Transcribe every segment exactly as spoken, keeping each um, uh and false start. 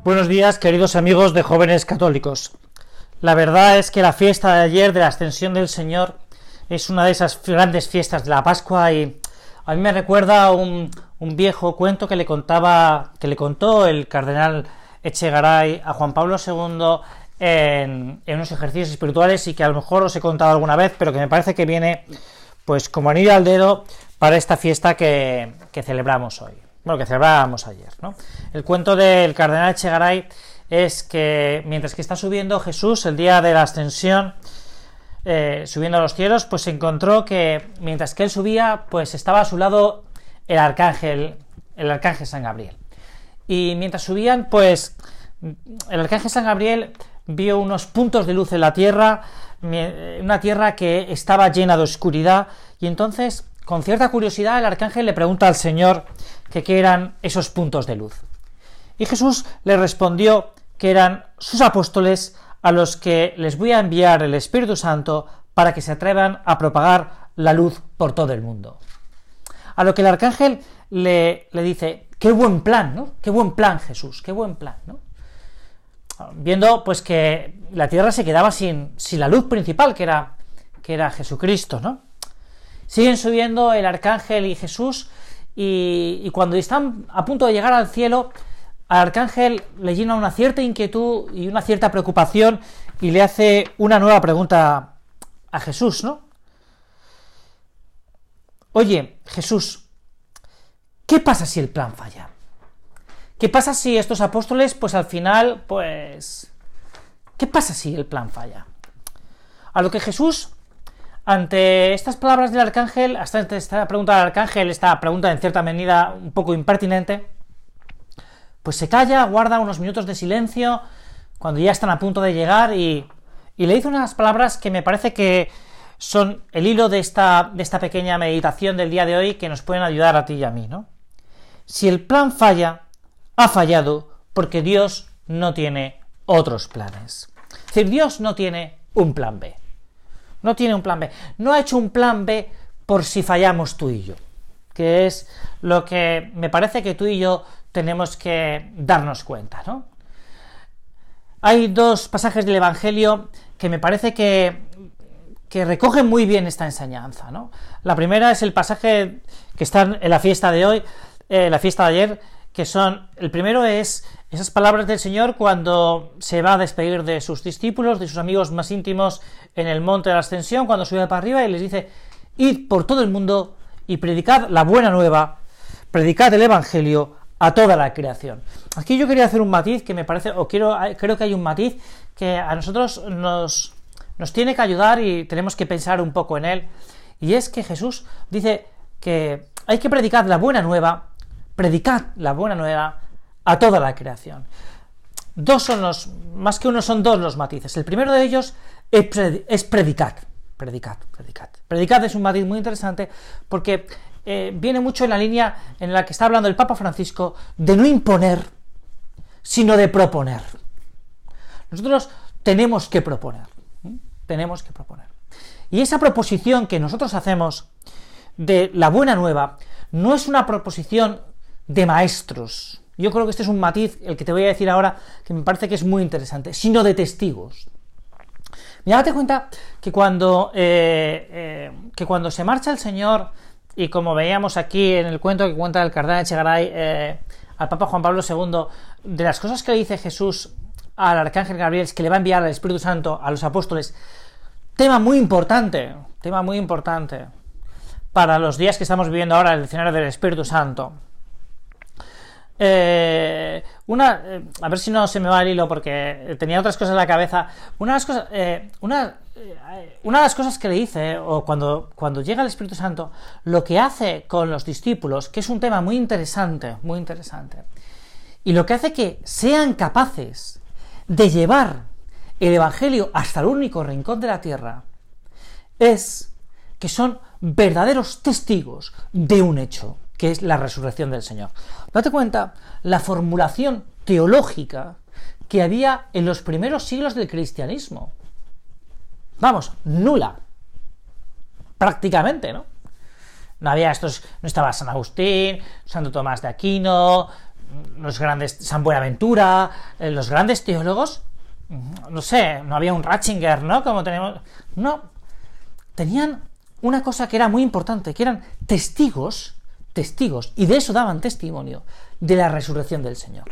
Buenos días, queridos amigos de Jóvenes Católicos. La verdad es que la fiesta de ayer de la Ascensión del Señor es una de esas grandes fiestas de la Pascua y a mí me recuerda un, un viejo cuento que le contaba, que le contó el cardenal Echegaray a Juan Pablo segundo en, en unos ejercicios espirituales y que a lo mejor os he contado alguna vez, pero que me parece que viene pues como anillo al dedo para esta fiesta que, que celebramos hoy. Bueno, que celebrábamos ayer, ¿no? El cuento del cardenal Echegaray es que mientras que está subiendo Jesús el día de la Ascensión, eh, subiendo a los cielos, pues se encontró que mientras que él subía, pues estaba a su lado el arcángel, el arcángel San Gabriel. Y mientras subían, pues el arcángel San Gabriel vio unos puntos de luz en la tierra, una tierra que estaba llena de oscuridad, y entonces, con cierta curiosidad, el arcángel le pregunta al Señor que qué eran esos puntos de luz. Y Jesús le respondió que eran sus apóstoles a los que les voy a enviar el Espíritu Santo para que se atrevan a propagar la luz por todo el mundo. A lo que el arcángel le, le dice, qué buen plan, ¿no? Qué buen plan, Jesús, qué buen plan, ¿no? Viendo pues que la tierra se quedaba sin, sin la luz principal, que era, que era Jesucristo, ¿no? Siguen subiendo el arcángel y Jesús, y, y cuando están a punto de llegar al cielo, al arcángel le llena una cierta inquietud y una cierta preocupación, y le hace una nueva pregunta a Jesús, ¿no? Oye, Jesús, ¿qué pasa si el plan falla? ¿Qué pasa si estos apóstoles, pues al final, pues... ¿qué pasa si el plan falla? A lo que Jesús, ante estas palabras del arcángel, hasta esta pregunta del arcángel, esta pregunta en cierta medida un poco impertinente, pues se calla, guarda unos minutos de silencio, cuando ya están a punto de llegar, y, y le dice unas palabras que me parece que son el hilo de esta, de esta pequeña meditación del día de hoy, que nos pueden ayudar a ti y a mí, ¿no? Si el plan falla, ha fallado porque Dios no tiene otros planes. Es decir, Dios no tiene un plan B. No tiene un plan B. No ha hecho un plan B por si fallamos tú y yo, que es lo que me parece que tú y yo tenemos que darnos cuenta, ¿no? Hay dos pasajes del Evangelio que me parece que, que recogen muy bien esta enseñanza, ¿no? La primera es el pasaje que está en la fiesta de hoy, eh, la fiesta de ayer, que son, el primero es esas palabras del Señor cuando se va a despedir de sus discípulos, de sus amigos más íntimos en el monte de la Ascensión, cuando sube para arriba y les dice, id por todo el mundo y predicad la buena nueva, predicad el Evangelio a toda la creación. Aquí yo quería hacer un matiz que me parece, o quiero, creo que hay un matiz que a nosotros nos, nos tiene que ayudar y tenemos que pensar un poco en él, y es que Jesús dice que hay que predicar la buena nueva, predicad la buena nueva a toda la creación. Dos son los, más que uno son dos los matices. El primero de ellos es, pred, es predicad, predicad, predicad. Predicad es un matiz muy interesante porque eh, viene mucho en la línea en la que está hablando el Papa Francisco de no imponer, sino de proponer. Nosotros tenemos que proponer, ¿sí? Tenemos que proponer. Y esa proposición que nosotros hacemos de la buena nueva no es una proposición de maestros. Yo creo que este es un matiz, el que te voy a decir ahora, que me parece que es muy interesante, sino de testigos. Mira, date cuenta que cuando, eh, eh, que cuando se marcha el Señor, y como veíamos aquí en el cuento que cuenta el cardenal Echegaray eh, al Papa Juan Pablo segundo, de las cosas que le dice Jesús al arcángel Gabriel, es que le va a enviar al Espíritu Santo a los apóstoles, tema muy importante, tema muy importante para los días que estamos viviendo ahora, el escenario del Espíritu Santo. Eh, una, eh, a ver si no se me va el hilo porque tenía otras cosas en la cabeza. Una de las cosas, eh, una, eh, una de las cosas que le dice, eh, o cuando, cuando llega el Espíritu Santo, lo que hace con los discípulos, que es un tema muy interesante, muy interesante, y lo que hace que sean capaces de llevar el Evangelio hasta el único rincón de la tierra, es que son verdaderos testigos de un hecho, que es la resurrección del Señor. Date cuenta la formulación teológica que había en los primeros siglos del cristianismo. Vamos, nula. Prácticamente, ¿no? No había estos, no estaba San Agustín, Santo Tomás de Aquino, los grandes, San Buenaventura, eh, los grandes teólogos, no sé, no había un Ratzinger, ¿no? Como tenemos, no, tenían una cosa que era muy importante, que eran testigos, testigos, y de eso daban testimonio, de la resurrección del Señor.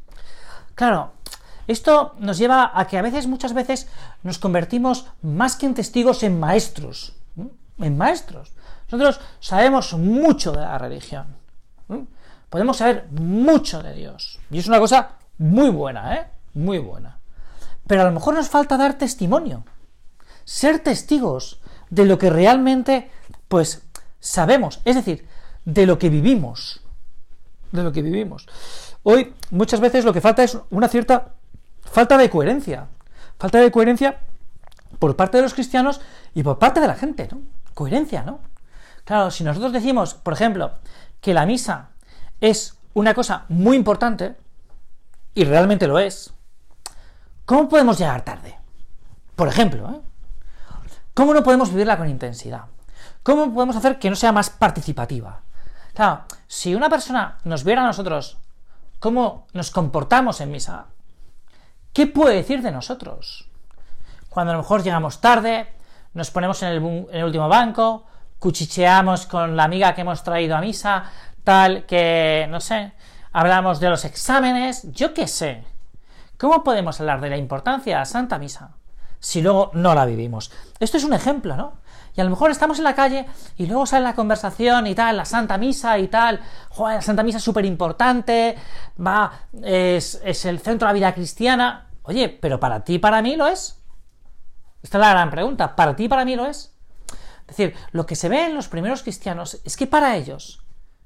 Claro, esto nos lleva a que a veces, muchas veces, nos convertimos más que en testigos, en maestros, ¿sí? En maestros. Nosotros sabemos mucho de la religión, ¿sí? Podemos saber mucho de Dios, y es una cosa muy buena, ¿eh? Muy buena. Pero a lo mejor nos falta dar testimonio, ser testigos de lo que realmente, pues, sabemos, es decir, de lo que vivimos, de lo que vivimos. Hoy, muchas veces, lo que falta es una cierta falta de coherencia, falta de coherencia por parte de los cristianos y por parte de la gente, ¿no? Coherencia, ¿no? Claro, si nosotros decimos, por ejemplo, que la misa es una cosa muy importante, y realmente lo es, ¿cómo podemos llegar tarde? Por ejemplo, ¿eh? ¿Cómo no podemos vivirla con intensidad? ¿Cómo podemos hacer que no sea más participativa? Claro, si una persona nos viera a nosotros cómo nos comportamos en misa, ¿qué puede decir de nosotros? Cuando a lo mejor llegamos tarde, nos ponemos en el, en el último banco, cuchicheamos con la amiga que hemos traído a misa, tal que, no sé, hablamos de los exámenes, yo qué sé. ¿Cómo podemos hablar de la importancia de la Santa Misa si luego no la vivimos? Esto es un ejemplo, ¿no? Y a lo mejor estamos en la calle y luego sale la conversación y tal, la Santa Misa y tal, joder, la Santa Misa es súper importante, va, es, es el centro de la vida cristiana. Oye, pero para ti y para mí lo es. Esta es la gran pregunta, ¿para ti y para mí lo es? Es decir, lo que se ve en los primeros cristianos es que para ellos,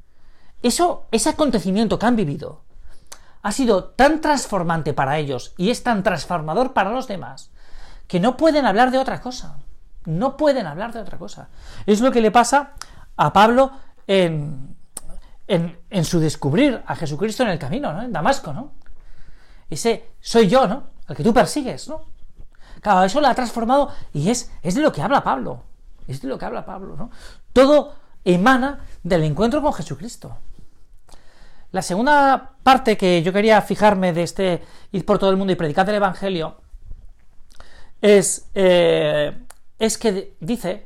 eso, ese acontecimiento que han vivido, ha sido tan transformante para ellos y es tan transformador para los demás, que no pueden hablar de otra cosa. No pueden hablar de otra cosa. Es lo que le pasa a Pablo en, en, en su descubrir a Jesucristo en el camino, ¿no? En Damasco, ¿no? Ese soy yo, ¿no? El que tú persigues, ¿no? Claro, eso lo ha transformado y es, es de lo que habla Pablo. Es de lo que habla Pablo, ¿no? Todo emana del encuentro con Jesucristo. La segunda parte que yo quería fijarme de este ir por todo el mundo y predicar el Evangelio es... Eh, es que dice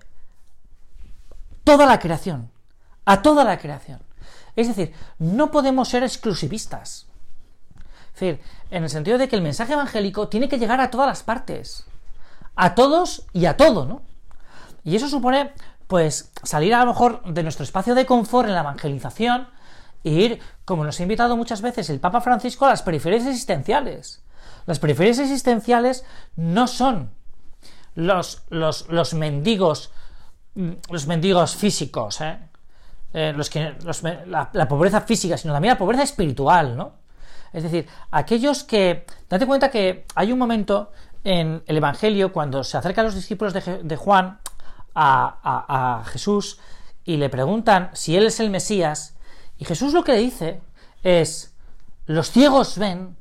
toda la creación, a toda la creación. Es decir, no podemos ser exclusivistas. Es decir, en el sentido de que el mensaje evangélico tiene que llegar a todas las partes, a todos y a todo, ¿no? Y eso supone, pues, salir a lo mejor de nuestro espacio de confort en la evangelización e ir, como nos ha invitado muchas veces el Papa Francisco, a las periferias existenciales. Las periferias existenciales no son Los, los, los mendigos, los mendigos físicos, ¿eh? Eh, los que, los, la, la pobreza física, sino también la pobreza espiritual, ¿no? Es decir, aquellos que... Date cuenta que hay un momento en el Evangelio cuando se acercan los discípulos de, de Juan a, a, a Jesús y le preguntan si él es el Mesías, y Jesús lo que le dice es: los ciegos ven,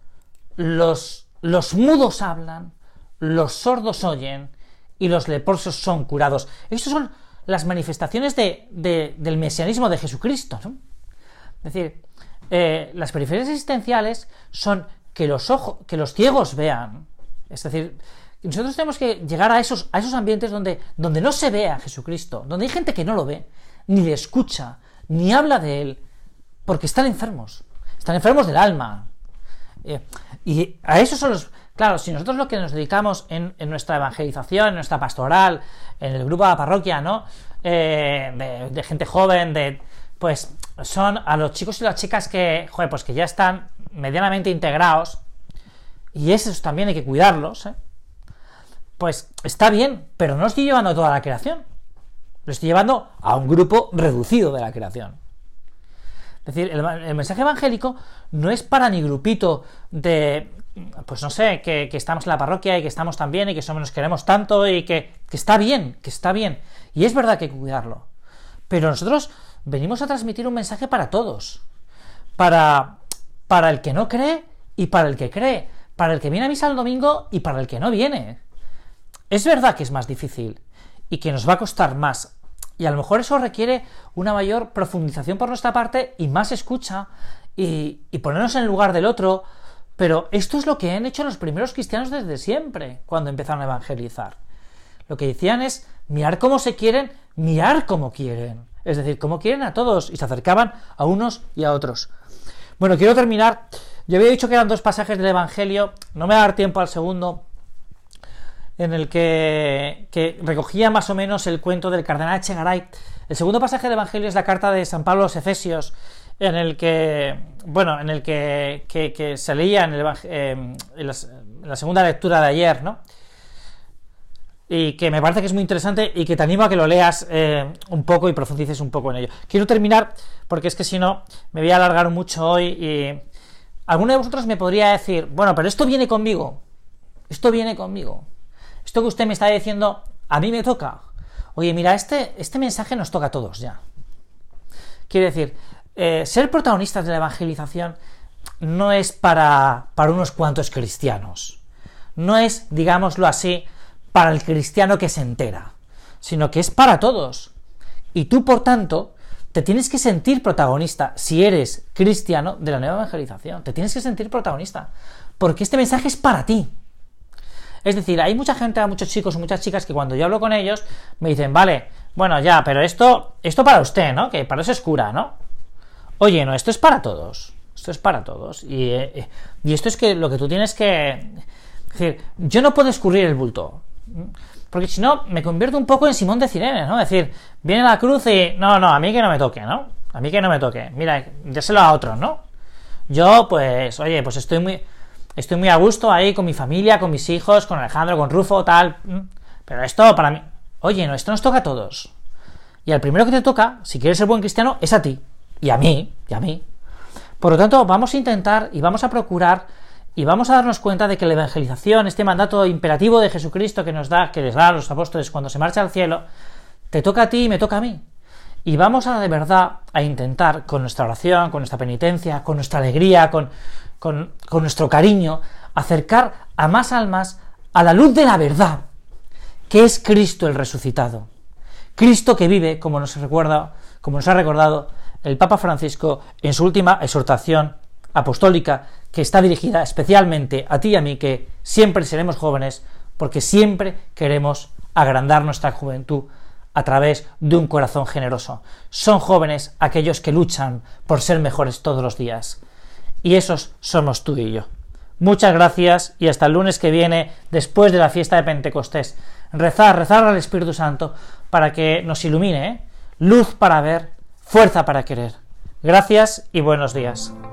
los, los mudos hablan, los sordos oyen y los leprosos son curados. Estas son las manifestaciones de, de, del mesianismo de Jesucristo, ¿no? Es decir, eh, las periferias existenciales son que los ojos, que los ciegos vean. Es decir, nosotros tenemos que llegar a esos, a esos ambientes donde, donde no se ve a Jesucristo, donde hay gente que no lo ve, ni le escucha, ni habla de él, porque están enfermos, están enfermos del alma. Eh, y a esos son los... Claro, si nosotros lo que nos dedicamos en, en nuestra evangelización, en nuestra pastoral, en el grupo de la parroquia, ¿no? Eh, de, de gente joven, de pues son a los chicos y las chicas que, joder, pues que ya están medianamente integrados, y esos también hay que cuidarlos, ¿eh? Pues está bien, pero no estoy llevando a toda la creación, lo estoy llevando a un grupo reducido de la creación. Es decir, el, el mensaje evangélico no es para ni grupito de, pues no sé, que, que estamos en la parroquia y que estamos tan bien y que somos, nos queremos tanto y que, que está bien, que está bien. Y es verdad que hay que cuidarlo. Pero nosotros venimos a transmitir un mensaje para todos. Para, para el que no cree y para el que cree. Para el que viene a misa el domingo y para el que no viene. Es verdad que es más difícil y que nos va a costar más. Y a lo mejor eso requiere una mayor profundización por nuestra parte y más escucha y, y ponernos en el lugar del otro, pero esto es lo que han hecho los primeros cristianos desde siempre, cuando empezaron a evangelizar. Lo que decían es, mirar cómo se quieren, mirar cómo quieren, es decir, cómo quieren a todos, y se acercaban a unos y a otros. Bueno, quiero terminar. Yo había dicho que eran dos pasajes del Evangelio, no me va a dar tiempo al segundo, en el que, que recogía más o menos el cuento del cardenal Echegaray. El segundo pasaje del Evangelio es la carta de San Pablo a los Efesios, en el que, bueno, en el que, que, que se leía en, el, eh, en, la, en la segunda lectura de ayer, ¿no? Y que me parece que es muy interesante y que te animo a que lo leas eh, un poco y profundices un poco en ello. Quiero terminar, porque es que si no me voy a alargar mucho hoy y alguno de vosotros me podría decir, bueno, pero esto viene conmigo, esto viene conmigo, esto que usted me está diciendo a mí me toca. Oye, mira, este, este mensaje nos toca a todos ya. Quiere decir, eh, ser protagonistas de la evangelización no es para, para unos cuantos cristianos, no es, digámoslo así, para el cristiano que se entera, sino que es para todos. Y tú, por tanto, te tienes que sentir protagonista, si eres cristiano, de la nueva evangelización. Te tienes que sentir protagonista, porque este mensaje es para ti. Es decir, hay mucha gente, muchos chicos o muchas chicas que cuando yo hablo con ellos me dicen, vale, bueno, ya, pero esto, esto para usted, ¿no? Que para eso es cura, ¿no? Oye, no, esto es para todos. Esto es para todos. Y, eh, y esto es que lo que tú tienes que... Es decir, yo no puedo escurrir el bulto, porque si no me convierto un poco en Simón de Cirene, ¿no? Es decir, viene la cruz y no, no, a mí que no me toque, ¿no? A mí que no me toque, mira, déselo a otros, ¿no? Yo, pues, oye, pues estoy muy estoy muy a gusto ahí con mi familia, con mis hijos, con Alejandro, con Rufo, tal, pero esto para mí, oye, no, esto nos toca a todos, y al primero que te toca, si quieres ser buen cristiano, es a ti, y a mí, y a mí. Por lo tanto, vamos a intentar y vamos a procurar y vamos a darnos cuenta de que la evangelización, este mandato imperativo de Jesucristo que nos da, que les da a los apóstoles cuando se marcha al cielo, te toca a ti y me toca a mí. Y vamos a de verdad a intentar, con nuestra oración, con nuestra penitencia, con nuestra alegría, con, con, con nuestro cariño, acercar a más almas a la luz de la verdad, que es Cristo el resucitado. Cristo que vive, como nos recuerda, como nos ha recordado el Papa Francisco en su última exhortación apostólica, que está dirigida especialmente a ti y a mí, que siempre seremos jóvenes, porque siempre queremos agrandar nuestra juventud a través de un corazón generoso. Son jóvenes aquellos que luchan por ser mejores todos los días, y esos somos tú y yo. Muchas gracias y hasta el lunes que viene, después de la fiesta de Pentecostés. Rezar, rezar al Espíritu Santo para que nos ilumine, ¿eh? Luz para ver, fuerza para querer. Gracias y buenos días.